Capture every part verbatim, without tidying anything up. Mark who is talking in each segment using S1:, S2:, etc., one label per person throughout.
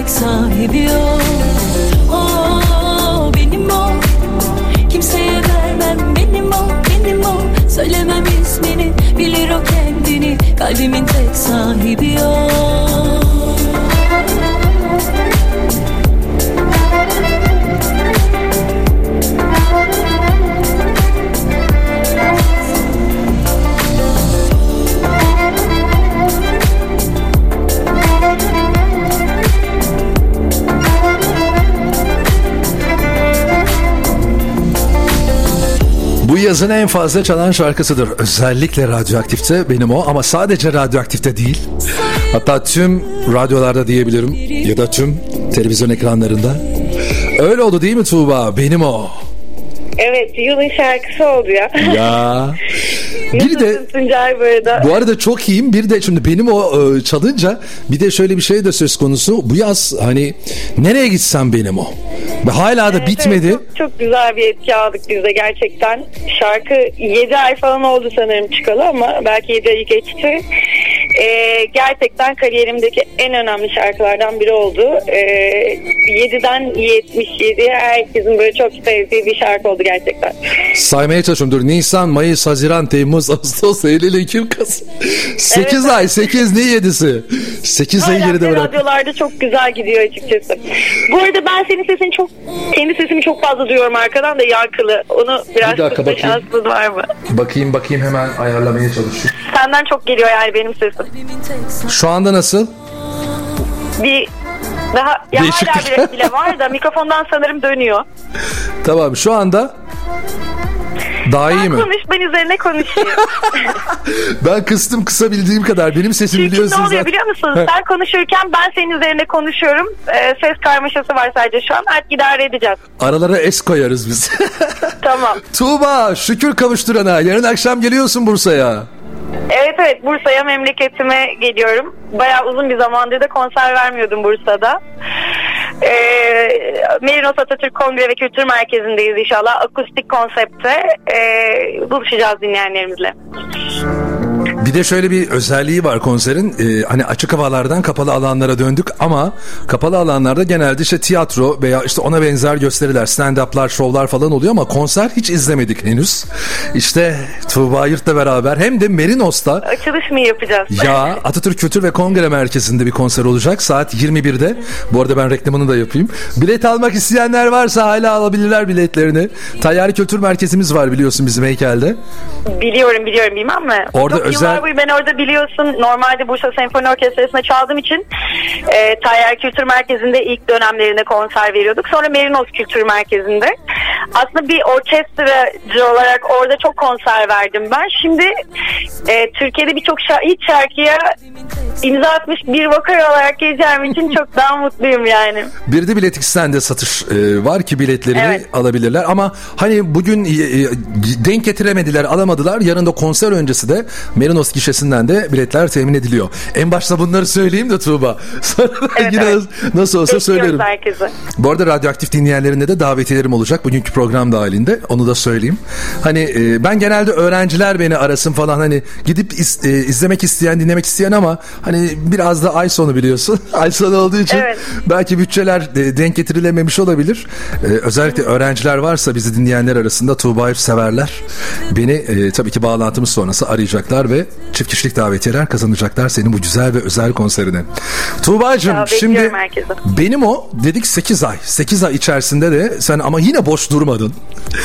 S1: tek sahibi o. O benim o, kimseye vermem, benim o, benim o. Söylemem ismini, bilir o kendini, kalbimin tek sahibi o.
S2: Bu yazın en fazla çalan şarkısıdır. Özellikle Radyoaktif'te benim o, ama sadece Radyoaktif'te değil. Hatta tüm radyolarda diyebilirim ya da tüm televizyon ekranlarında. Öyle oldu değil mi Tuğba? Benim o.
S3: Evet, yılın şarkısı oldu ya.
S2: Ya. Bir de
S3: Tuncay bu arada.
S2: Bu arada çok iyiyim. Bir de şimdi benim o çalınca bir de şöyle bir şey de söz konusu. Bu yaz hani nereye gitsem benim o. Ve hala da evet, bitmedi.
S3: Evet, çok, çok güzel bir etki aldık biz de gerçekten. Şarkı yedi ay falan oldu sanırım çıkalı, ama belki yedi ayı geçti. Ee, gerçekten kariyerimdeki en önemli şarkılardan biri oldu. Ee, yediden yetmiş yediye herkesin böyle çok sevdiği bir şarkı oldu gerçekten.
S2: Saymaya çalışıyorum. Dur. Nisan, Mayıs, Haziran, Temmuz, Ağustos, Eylül, Ekim, Kasım. sekiz evet. ay. sekiz ne yedisi? sekiz ayı geride bırak.
S3: Radyolarda çok güzel gidiyor açıkçası. Bu arada ben senin sesini çok, kendi sesimi çok fazla duyuyorum arkadan da yankılı. Onu biraz tutma şansınız var mı?
S2: Bakayım bakayım hemen ayarlamaya çalışıyorum.
S3: Senden çok geliyor yani benim sesim.
S2: Şu anda nasıl?
S3: Bir daha ya hala bile, bile var da mikrofondan sanırım dönüyor.
S2: Tamam, şu anda daha iyi mi?
S3: Konuş, ben üzerine konuşayım.
S2: Ben kıstım kısabildiğim kadar. Benim sesim
S3: çünkü
S2: biliyorsunuz.
S3: Çünkü ne oluyor biliyor musunuz? Sen konuşurken ben senin üzerine konuşuyorum. Ee, ses karmaşası var sadece şu an. Artık idare edeceğiz.
S2: Aralara es koyarız biz.
S3: Tamam.
S2: Tuğba, şükür kavuşturana. Yarın akşam geliyorsun Bursa'ya.
S3: Evet evet, Bursa'ya, memleketime geliyorum. Bayağı uzun bir zamandır da konser vermiyordum Bursa'da. Ee, Merinos Atatürk Kongre ve Kültür Merkezi'ndeyiz inşallah. Akustik konsepte ee, buluşacağız dinleyenlerimizle.
S2: Bir de şöyle bir özelliği var konserin. Ee, hani açık havalardan kapalı alanlara döndük ama kapalı alanlarda genelde işte tiyatro veya işte ona benzer gösteriler, stand-up'lar, şovlar falan oluyor ama konser hiç izlemedik henüz. İşte Tuğba Yırt'la beraber hem de Merinos'ta
S3: açılış mı yapacağız?
S2: Ya Atatürk Kültür ve Kongre Merkezi'nde bir konser olacak saat yirmi birde. Bu arada ben reklamını da yapayım. Bilet almak isteyenler varsa hala alabilirler biletlerini. Tayyari Kültür Merkezimiz var biliyorsun bizim heykelde.
S3: Biliyorum biliyorum bilmem mi?
S2: Orada
S3: Çok
S2: özel...
S3: Ben orada biliyorsun normalde Bursa Senfoni Orkestrası'nda çaldığım için e, Tayyari Kültür Merkezi'nde ilk dönemlerinde konser veriyorduk. Sonra Merinos Kültür Merkezi'nde. Aslında bir orkestracı olarak orada çok konser verdim ben. Şimdi e, Türkiye'de birçok şarkı, hiç şarkıya imza atmış bir vokal olarak geleceğim için çok daha mutluyum yani.
S2: Bir de Bilet X'ten de satış e, var ki biletlerini evet. alabilirler. Ama hani bugün e, e, denk getiremediler, alamadılar. Yarın da konser öncesi de Merinos gişesinden de biletler temin ediliyor. En başta bunları söyleyeyim de Tuğba. Sonra evet, yine evet. nasıl olsa bekliyoruz söylerim. Herkese. Bu arada Radyoaktif dinleyenlerinde de davetiyelerim olacak. Bugünkü program dahilinde. Onu da söyleyeyim. Hani e, ben genelde öğrenciler beni arasın falan, hani gidip iz, e, izlemek isteyen, dinlemek isteyen ama hani biraz da ay sonu biliyorsun. Ay sonu olduğu için evet. belki bütçeler e, denk getirilememiş olabilir. E, özellikle öğrenciler varsa bizi dinleyenler arasında Tuğba'yı severler. Beni e, tabii ki bağlantımız sonrası arayacaklar ve çift kişilik davetiyeler kazanacaklar senin bu güzel ve özel konserine. Tuğba'cığım ya, şimdi herkese. Benim o dedik sekiz ay. sekiz ay içerisinde de sen ama yine boş durmadın.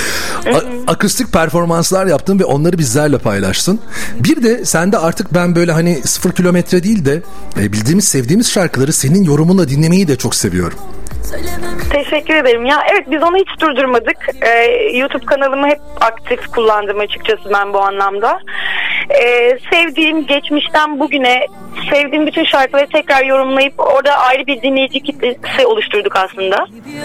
S2: A- akustik performanslar yaptın ve onları bizlerle paylaştın. Bir de sende artık ben böyle hani sıfır kilometre değil de e, bildiğimiz, sevdiğimiz şarkıları senin yorumunla dinlemeyi de çok seviyorum.
S3: Teşekkür ederim. Ya evet, biz onu hiç durdurmadık. Ee, YouTube kanalımı hep aktif kullandım açıkçası ben bu anlamda. Ee, sevdiğim, geçmişten bugüne sevdiğim bütün şarkıları tekrar yorumlayıp orada ayrı bir dinleyici kitlesi oluşturduk aslında.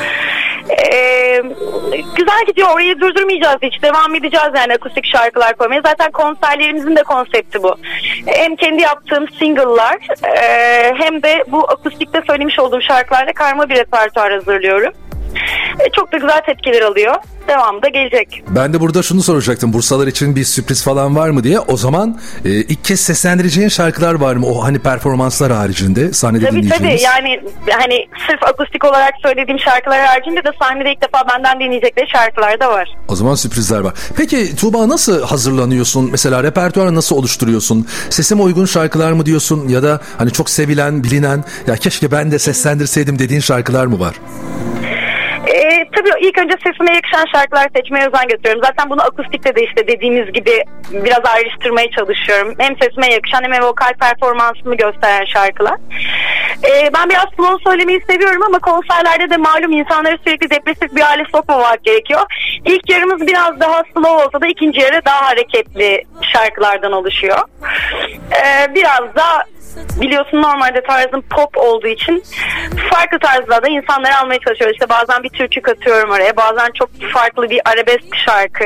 S3: Ee, güzel gidiyor. Orayı durdurmayacağız hiç. Devam edeceğiz yani akustik şarkılar koymaya. Zaten konserlerimizin de konsepti bu. Hem kendi yaptığım single'lar e, hem de bu akustikte söylemiş olduğum şarkılarla karma bir repertuar hazırlıyorum. E, çok da güzel tepkiler alıyor. Devamı da gelecek.
S2: Ben de burada şunu soracaktım. Bursalar için bir sürpriz falan var mı diye. O zaman e, ilk kez seslendireceğin şarkılar var mı? O hani performanslar haricinde sahnede
S3: tabii,
S2: dinleyeceğiniz.
S3: Tabii yani hani sırf akustik olarak söylediğim şarkılar haricinde de sahnede ilk defa benden dinleyecekleri şarkılar da var.
S2: O zaman sürprizler var. Peki Tuğba, nasıl hazırlanıyorsun? Mesela repertuarı nasıl oluşturuyorsun? Sesime uygun şarkılar mı diyorsun? Ya da hani çok sevilen, bilinen, ya keşke ben de seslendirseydim dediğin şarkılar mı var?
S3: Ee, tabii ilk önce sesime yakışan şarkılar seçmeye özen gösteriyorum. Zaten bunu akustikte de işte dediğimiz gibi biraz ayrıştırmaya çalışıyorum. Hem sesime yakışan hem vokal performansımı gösteren şarkılar. Ee, ben biraz slow söylemeyi seviyorum ama konserlerde de malum insanları sürekli depresif bir hale sokmamak gerekiyor. İlk yarımız biraz daha slow olsa da ikinci yarı daha hareketli şarkılardan oluşuyor. Ee, biraz da biliyorsun normalde tarzım pop olduğu için farklı tarzlarda insanları almaya çalışıyoruz. İşte bazen bir türkü katıyorum oraya, bazen çok farklı bir arabesk şarkı.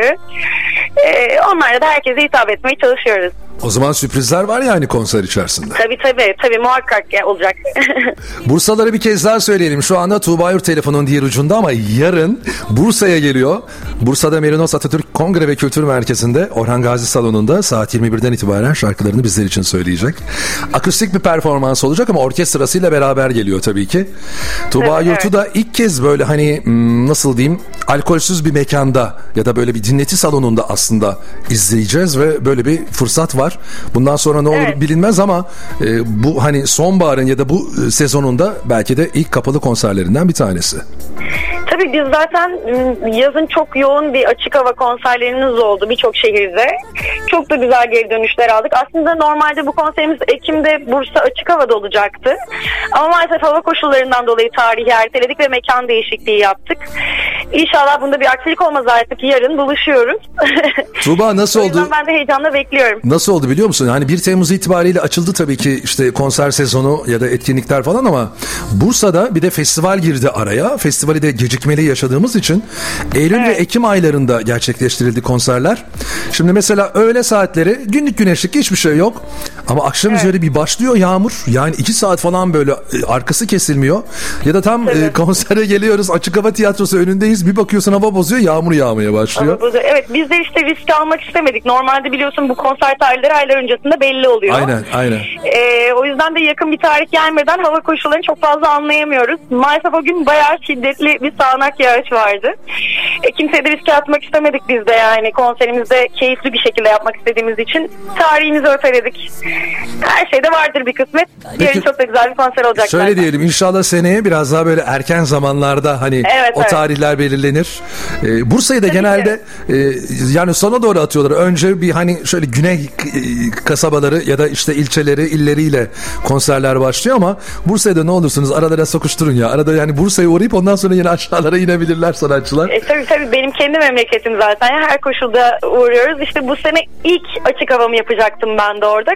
S3: Ee, onlarla da herkese hitap etmeye çalışıyoruz.
S2: O zaman sürprizler var yani konser içerisinde.
S3: Tabii tabii, tabii muhakkak olacak.
S2: Bursaları bir kez daha söyleyelim. Şu anda Tuğba Yurt telefonun diğer ucunda ama yarın Bursa'ya geliyor. Bursa'da Merinos Atatürk Kongre ve Kültür Merkezi'nde Orhan Gazi Salonu'nda saat yirmi birden itibaren şarkılarını bizler için söyleyecek. Akustik bir performans olacak ama orkestrasıyla beraber geliyor tabii ki. Tuğba
S3: evet,
S2: Yurt'u da ilk kez böyle hani nasıl diyeyim, alkolsüz bir mekanda ya da böyle bir dinleti salonunda aslında izleyeceğiz ve böyle bir fırsat var. Bundan sonra ne olur evet. bilinmez ama e, bu hani sonbaharın ya da bu e, sezonunda belki de ilk kapalı konserlerinden bir tanesi.
S3: Tabii biz zaten yazın çok yoğun bir açık hava konserlerimiz oldu birçok şehirde. Çok da güzel geri dönüşler aldık. Aslında normalde bu konserimiz Ekim'de Bursa açık havada olacaktı. Ama maalesef hava koşullarından dolayı tarihi erteledik ve mekan değişikliği yaptık. İnşallah bunda bir aksilik olmaz, artık yarın buluşuyoruz.
S2: Tuğba nasıl oldu?
S3: O yüzden ben de heyecanla bekliyorum.
S2: Nasıl oldu biliyor musun? Yani bir Temmuz itibariyle açıldı tabii ki işte konser sezonu ya da etkinlikler falan ama Bursa'da bir de festival girdi araya. Festivali de gecikmeli yaşadığımız için Eylül evet. ve Ekim aylarında gerçekleştirildi konserler. Şimdi mesela öğle saatleri günlük güneşlik hiçbir şey yok. Ama akşam evet. üzeri bir başlıyor yağmur. Yani iki saat falan böyle arkası kesilmiyor. Ya da tam evet. e, konsere geliyoruz, açık hava tiyatrosu önündeyiz. Bir bakıyorsun hava bozuyor, yağmur yağmaya başlıyor.
S3: Evet, biz de işte risk almak istemedik. Normalde biliyorsun bu konser tarihleri aylar öncesinde belli oluyor.
S2: Aynen, aynen.
S3: Ee, o yüzden de yakın bir tarih gelmeden hava koşullarını çok fazla anlayamıyoruz. Maalesef o gün bayağı şiddetli bir sağanak yağış vardı. E, kimseye de riske atmak istemedik biz de yani. Konserimizde keyifli bir şekilde yapmak istediğimiz için tarihimizi öteledik. Her şeyde vardır bir kısmet. Peki, yarın çok da güzel bir konser olacak.
S2: Şöyle
S3: zaten.
S2: diyelim, inşallah seneye biraz daha böyle erken zamanlarda hani
S3: evet,
S2: o
S3: evet.
S2: tarihler belirlenir. Ee, Bursa'yı da Tabii genelde e, yani sona doğru atıyorlar. Önce bir hani şöyle güney kasabaları ya da işte ilçeleri, illeriyle konserler başlıyor ama Bursa'da ne olursunuz aralara sokuşturun ya. Arada yani Bursa'ya uğrayıp ondan sonra yine aşağılara inebilirler sanatçılar.
S3: E, tabii tabii benim kendi memleketim zaten. Her koşulda uğruyoruz. İşte bu sene ilk açık havamı yapacaktım ben de orada.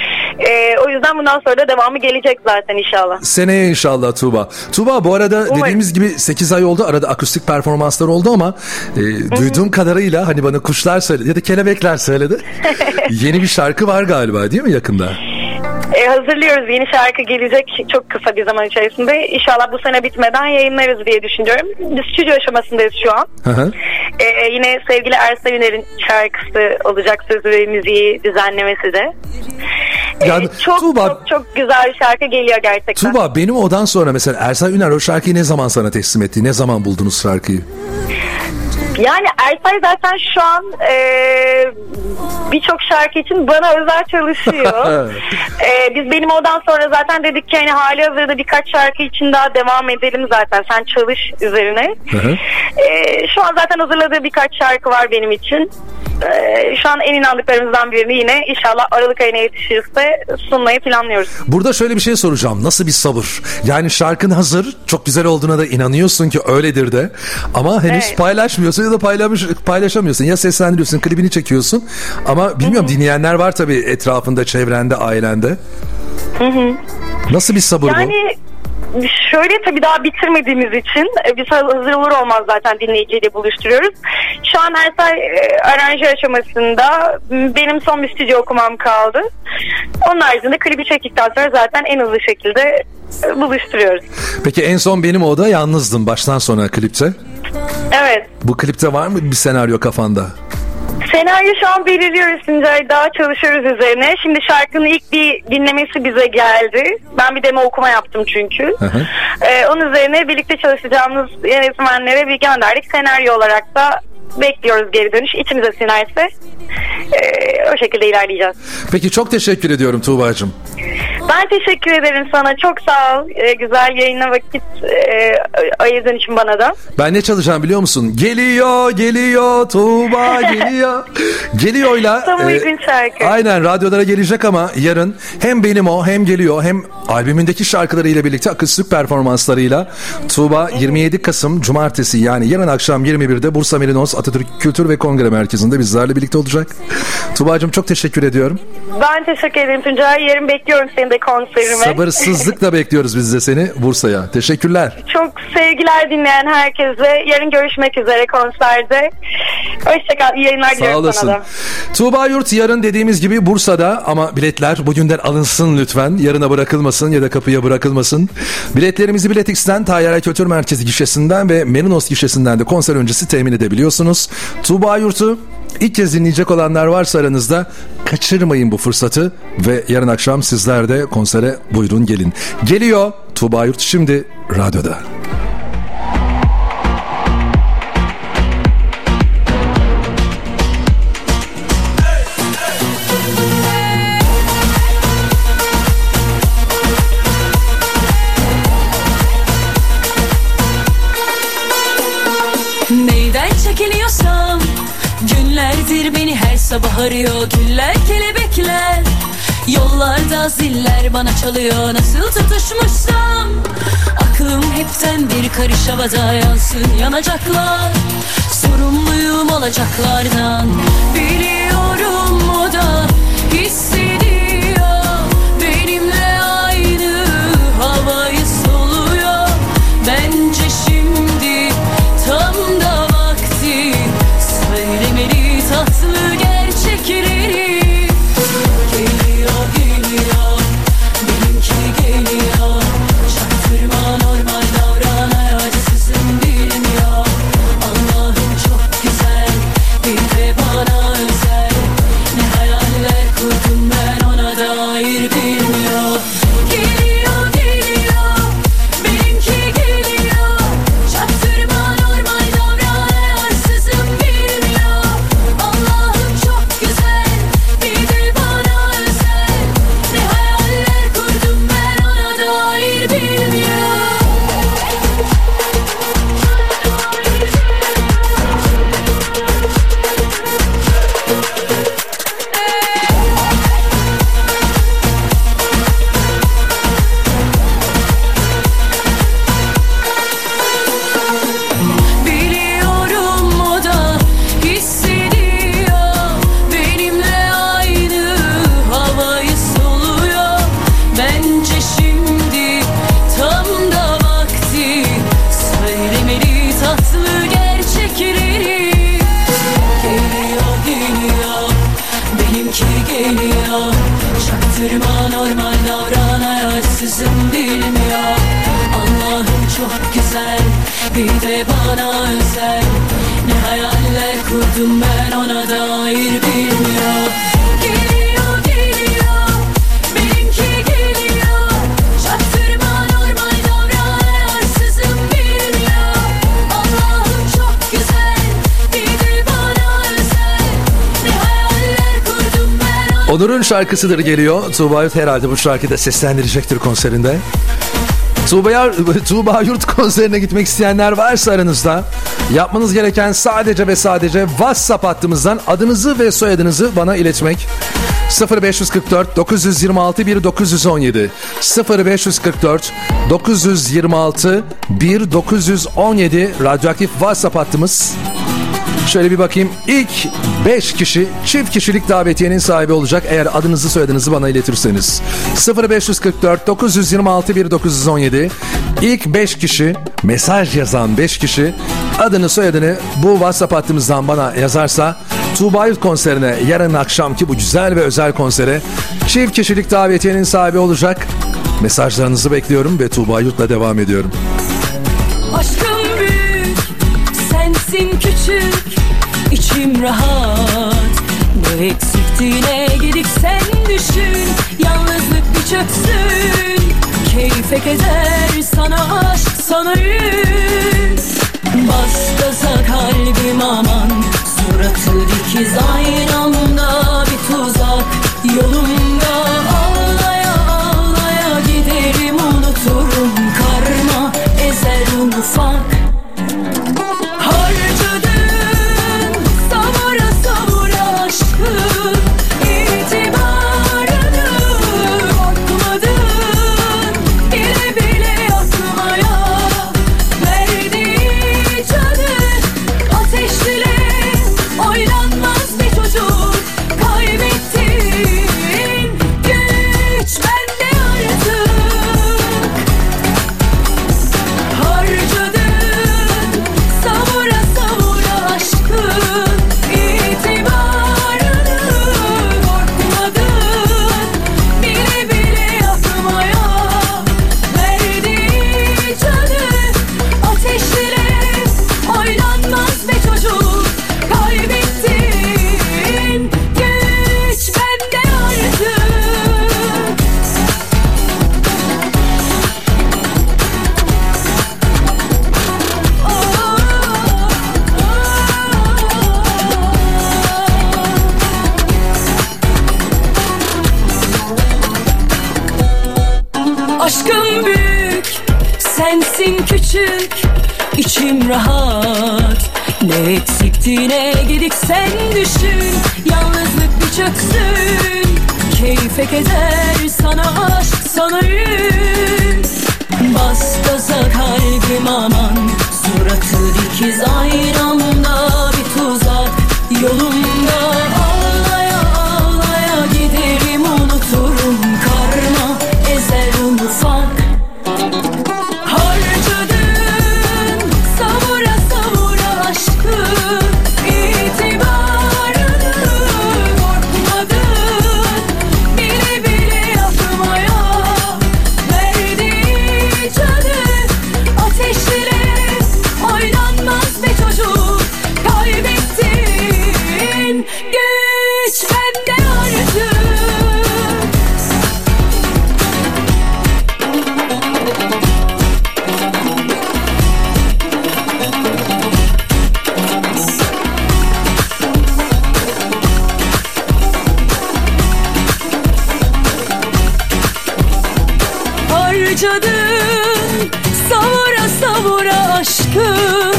S3: E, o yüzden bundan sonra da devamı gelecek zaten inşallah.
S2: Seneye inşallah Tuğba. Tuğba bu arada Umarım. dediğimiz gibi sekiz ay oldu. Arada akustik performanslar oldu ama e, duyduğum kadarıyla hani bana kuşlar söyledi ya da kelebekler söyledi. Yeni bir şarkı var galiba değil mi yakında?
S3: E, hazırlıyoruz. Yeni şarkı gelecek çok kısa bir zaman içerisinde. İnşallah bu sene bitmeden yayınlarız diye düşünüyorum. Biz stüdyo aşamasındayız şu an. Hı hı. E, yine sevgili Ersel Üner'in şarkısı olacak, sözü ve müziği düzenlemesi de. Yani, ee, çok, Tuğba, çok çok güzel bir şarkı geliyor gerçekten.
S2: Tuğba, benim odan sonra mesela Ersel Üner o şarkıyı ne zaman sana teslim etti? Ne zaman buldunuz şarkıyı?
S3: Yani Ersel zaten şu an e, birçok şarkı için bana özel çalışıyor. e, biz benim odan sonra zaten dedik ki hani hali hazırda birkaç şarkı için daha devam edelim zaten. Sen çalış üzerine. e, şu an zaten hazırladığı birkaç şarkı var benim için. Ee, şu an en inandıklarımızdan birini yine inşallah Aralık ayına yetişirse sunmayı planlıyoruz.
S2: Burada şöyle bir şey soracağım. Nasıl bir sabır? Yani şarkın hazır, çok güzel olduğuna da inanıyorsun ki öyledir de. Ama henüz evet. paylaşmıyorsun ya da paylaş, paylaşamıyorsun. Ya seslendiriyorsun, klibini çekiyorsun. Ama bilmiyorum, Hı-hı. dinleyenler var tabii etrafında, çevrende, ailende. Hı-hı. Nasıl bir sabır yani... bu?
S3: Şöyle tabii daha bitirmediğimiz için biz hazır olur olmaz zaten dinleyiciyle buluşturuyoruz. Şu an Ersel e, aranje aşamasında, benim son bir stüdyo okumam kaldı. Onun haricinde klibi çektikten sonra zaten en hızlı şekilde e, buluşturuyoruz.
S2: Peki en son benim oda yalnızdım baştan sona klipte.
S3: Evet.
S2: Bu klipte var mı bir senaryo kafanda?
S3: Senaryo şu an belirliyoruz Tuncay. Daha çalışıyoruz üzerine. Şimdi şarkının ilk bir dinlemesi bize geldi. Ben bir demo okuma yaptım çünkü. Ee, onun üzerine birlikte çalışacağımız yönetmenlere bir gönderdik. Senaryo olarak da bekliyoruz geri dönüş. İçimize sinerse ee, o şekilde ilerleyeceğiz.
S2: Peki çok teşekkür ediyorum Tuğba'cığım.
S3: Ben teşekkür ederim sana. Çok sağ ol. Ee, güzel yayına vakit e, ayırdığın için bana da.
S2: Ben ne çalacağım biliyor musun? Geliyor, geliyor, Tuğba geliyor. Geliyor'la.
S3: Tam uygun şarkı.
S2: Aynen radyolara gelecek ama yarın hem benim o hem geliyor hem albümündeki şarkılarıyla birlikte akustik performanslarıyla Tuğba yirmi yedi Kasım Cumartesi yani yarın akşam yirmi birde Bursa Merinos Atatürk Kültür ve Kongre Merkezi'nde bizlerle birlikte olacak. Tuğba'cığım çok teşekkür ediyorum.
S3: Ben teşekkür ederim Tuncay. Yarın bekliyorum seni de konserime.
S2: Sabırsızlıkla bekliyoruz biz de seni Bursa'ya. Teşekkürler.
S3: Çok sevgiler dinleyen herkese. Yarın görüşmek üzere konserde. Hoşçakal. İyi yayınlar diliyorum sana da.
S2: Tuğba Yurt yarın dediğimiz gibi Bursa'da ama biletler bugünden alınsın lütfen. Yarına bırakılmasın ya da kapıya bırakılmasın. Biletlerimizi Biletix'ten, Tayyare Kültür Merkezi gişesinden ve Merinos gişesinden de konser öncesi temin edebiliyorsunuz. Tuğba Yurt'u İlk kez dinleyecek olanlar varsa aranızda kaçırmayın bu fırsatı ve yarın akşam sizler de konsere buyurun gelin. Geliyor Tuğba Yurt şimdi radyoda.
S1: Neyden çekiliyorsam günlerdir beni her sabah arıyor. Güller kelebekler yollarda ziller bana çalıyor. Nasıl tutuşmuşsam aklım hepten bir karış havada. Yansın yanacaklar sorumluyum olacaklardan. Biliyorum o da hissediyor benimle aynı havayı soluyor. Bence şimdi tam da vakti söylemeli tatlı gerçekleri. Geliyor geliyor benimki geliyor. Çaktırma normal davran acısızım bilmiyor. Allah'ım çok güzel bir de bana özel. Ne hayaller kurdum ben ona dair bilmiyor. Geliyor geliyor benimki geliyor. Çaktırma normal davran ayarsızım bilmiyor. Allah'ım çok güzel bir de bana özel. Ne hayaller kurdum ben ona dair bilmiyor. Biliyorum o da hissediyor benimle aynı havayı soluyor. Bence şimdi tam da vakti söylemeli tatlı gerçekleri. Geliyor geliyor benimki geliyor. Çaktırma normal davran ayarsızım bilmiyor. Allah'ım çok güzel bir de bana özel. Ne hayaller kurdum ben ona dair bilmiyor. Geliyor geliyor benimki geliyor. Çaktırma normal davran ayarsızım bilmiyor. Allah'ım çok güzel bir de bana özel. Ne hayaller kurdum ben ona.
S2: Onur'un şarkısıdır geliyor. Tuğba Yurt herhalde bu şarkıda seslendirecektir konserinde. Tuğba, Tuğba Yurt konserine gitmek isteyenler varsa aranızda yapmanız gereken sadece ve sadece WhatsApp hattımızdan adınızı ve soyadınızı bana iletmek. sıfır beş kırk dört dokuz yirmi altı bir dokuz on yedi sıfır beş kırk dört dokuz yirmi altı bir dokuz on yedi radyoaktif WhatsApp hattımız. Şöyle bir bakayım. İlk beş kişi çift kişilik davetiyenin sahibi olacak eğer adınızı soyadınızı bana iletirseniz. sıfır beş kırk dört dokuz yirmi altı bir dokuz on yedi İlk beş kişi mesaj yazan beş kişi adını soyadını bu WhatsApp hattımızdan bana yazarsa Tuğba Yurt konserine yarın akşamki bu güzel ve özel konsere çift kişilik davetiyenin sahibi olacak. Mesajlarınızı bekliyorum ve Tuğba Yurt'la devam ediyorum.
S1: Aşkım büyük sensin. sensin küçük, içim rahat. Ne eksiktiğine gidik sen düşün. Yalnızlık bir çöksün, keyfe keder sana aşk sana yüz. Bas gaza kalbim aman, suratı dikiz aynı anda bir tuzak. Yolumda ağlaya ağlaya giderim, unuturum karma ezer un ufak. Harcadın savura savura aşkı, itibarını korkmadın bile bile yakmaya. Verdiği canı ateşle oynanmaz bir çocuk. Kaybettin güç bende artık. Harcadın savura savura aşkın, itibarını korkmadın bile bile yakmaya. Verdiği canı ateşle oynanmaz be çocuk. Kaybettin güç bende artık. Aşkım büyük, sensin küçük, içim rahat. Ne eksiktiğine gidik sen düşün. Yalnızlık bir çöksün, keyfe keder sana aşk sana yüz. Bas gaza kalbim aman, suratı dikiz aynı anda bir tuzak. Yolumda ağlaya ağlaya giderim, unuturum karma ezer un ufak. Harcadın savura savura aşkı, itibarını korkmadın bile bile yakmaya. Verdiği canı ateşle oynanmaz be çocuk. Kaybettin güç bende artık. Harcadın savura savura aşkın,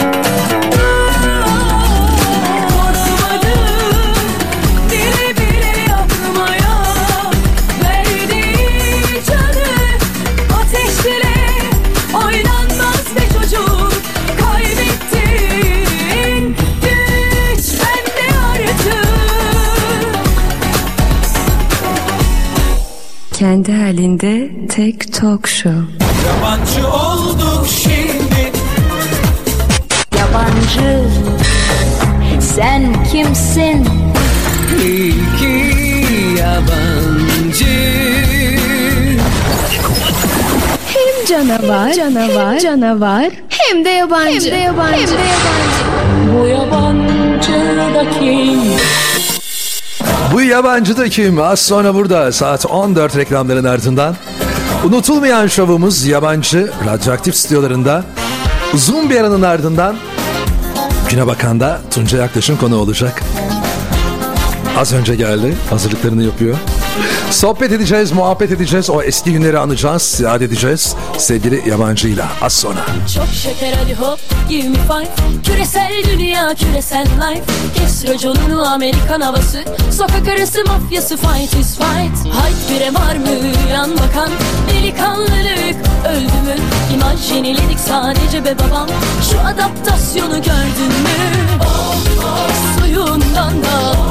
S1: korkmadın bile bile yakmaya. Verdiği canı ateşle oynanmaz be çocuk. Kaybettin güç bende artık.
S4: Kendi halinde tek talk show.
S5: Yabancı olduk şimdi.
S6: Yabancı, sen kimsin?
S1: İki yabancı.
S4: Hem canavar, canavar, canavar, hem de yabancı, hem de yabancı, hem de yabancı.
S1: Bu yabancı da kim?
S2: Bu yabancı da kim? Az sonra burada saat on dört reklamların ardından unutulmayan şovumuz Yabancı Radyoaktif stüdyolarında uzun bir aranın ardından Güne Bakan'da Tuncay Aktaş'ın konuğu olacak. Az önce geldi, hazırlıklarını yapıyor. Sohbet edeceğiz, muhabbet edeceğiz, o eski günleri anacağız, yad edeceğiz sevgili Yabancı'yla az sonra.
S1: Çok şeker hadi hop give me five. Küresel dünya küresel life. Kes raconunu Amerikan havası. Sokak arası mafyası fight is fight. Hype bire var mı yan bakan? Delikanlılık öldü mü? İmaj yeniledik sadece be babam. Şu adaptasyonu gördün mü? Oh oh suyundan da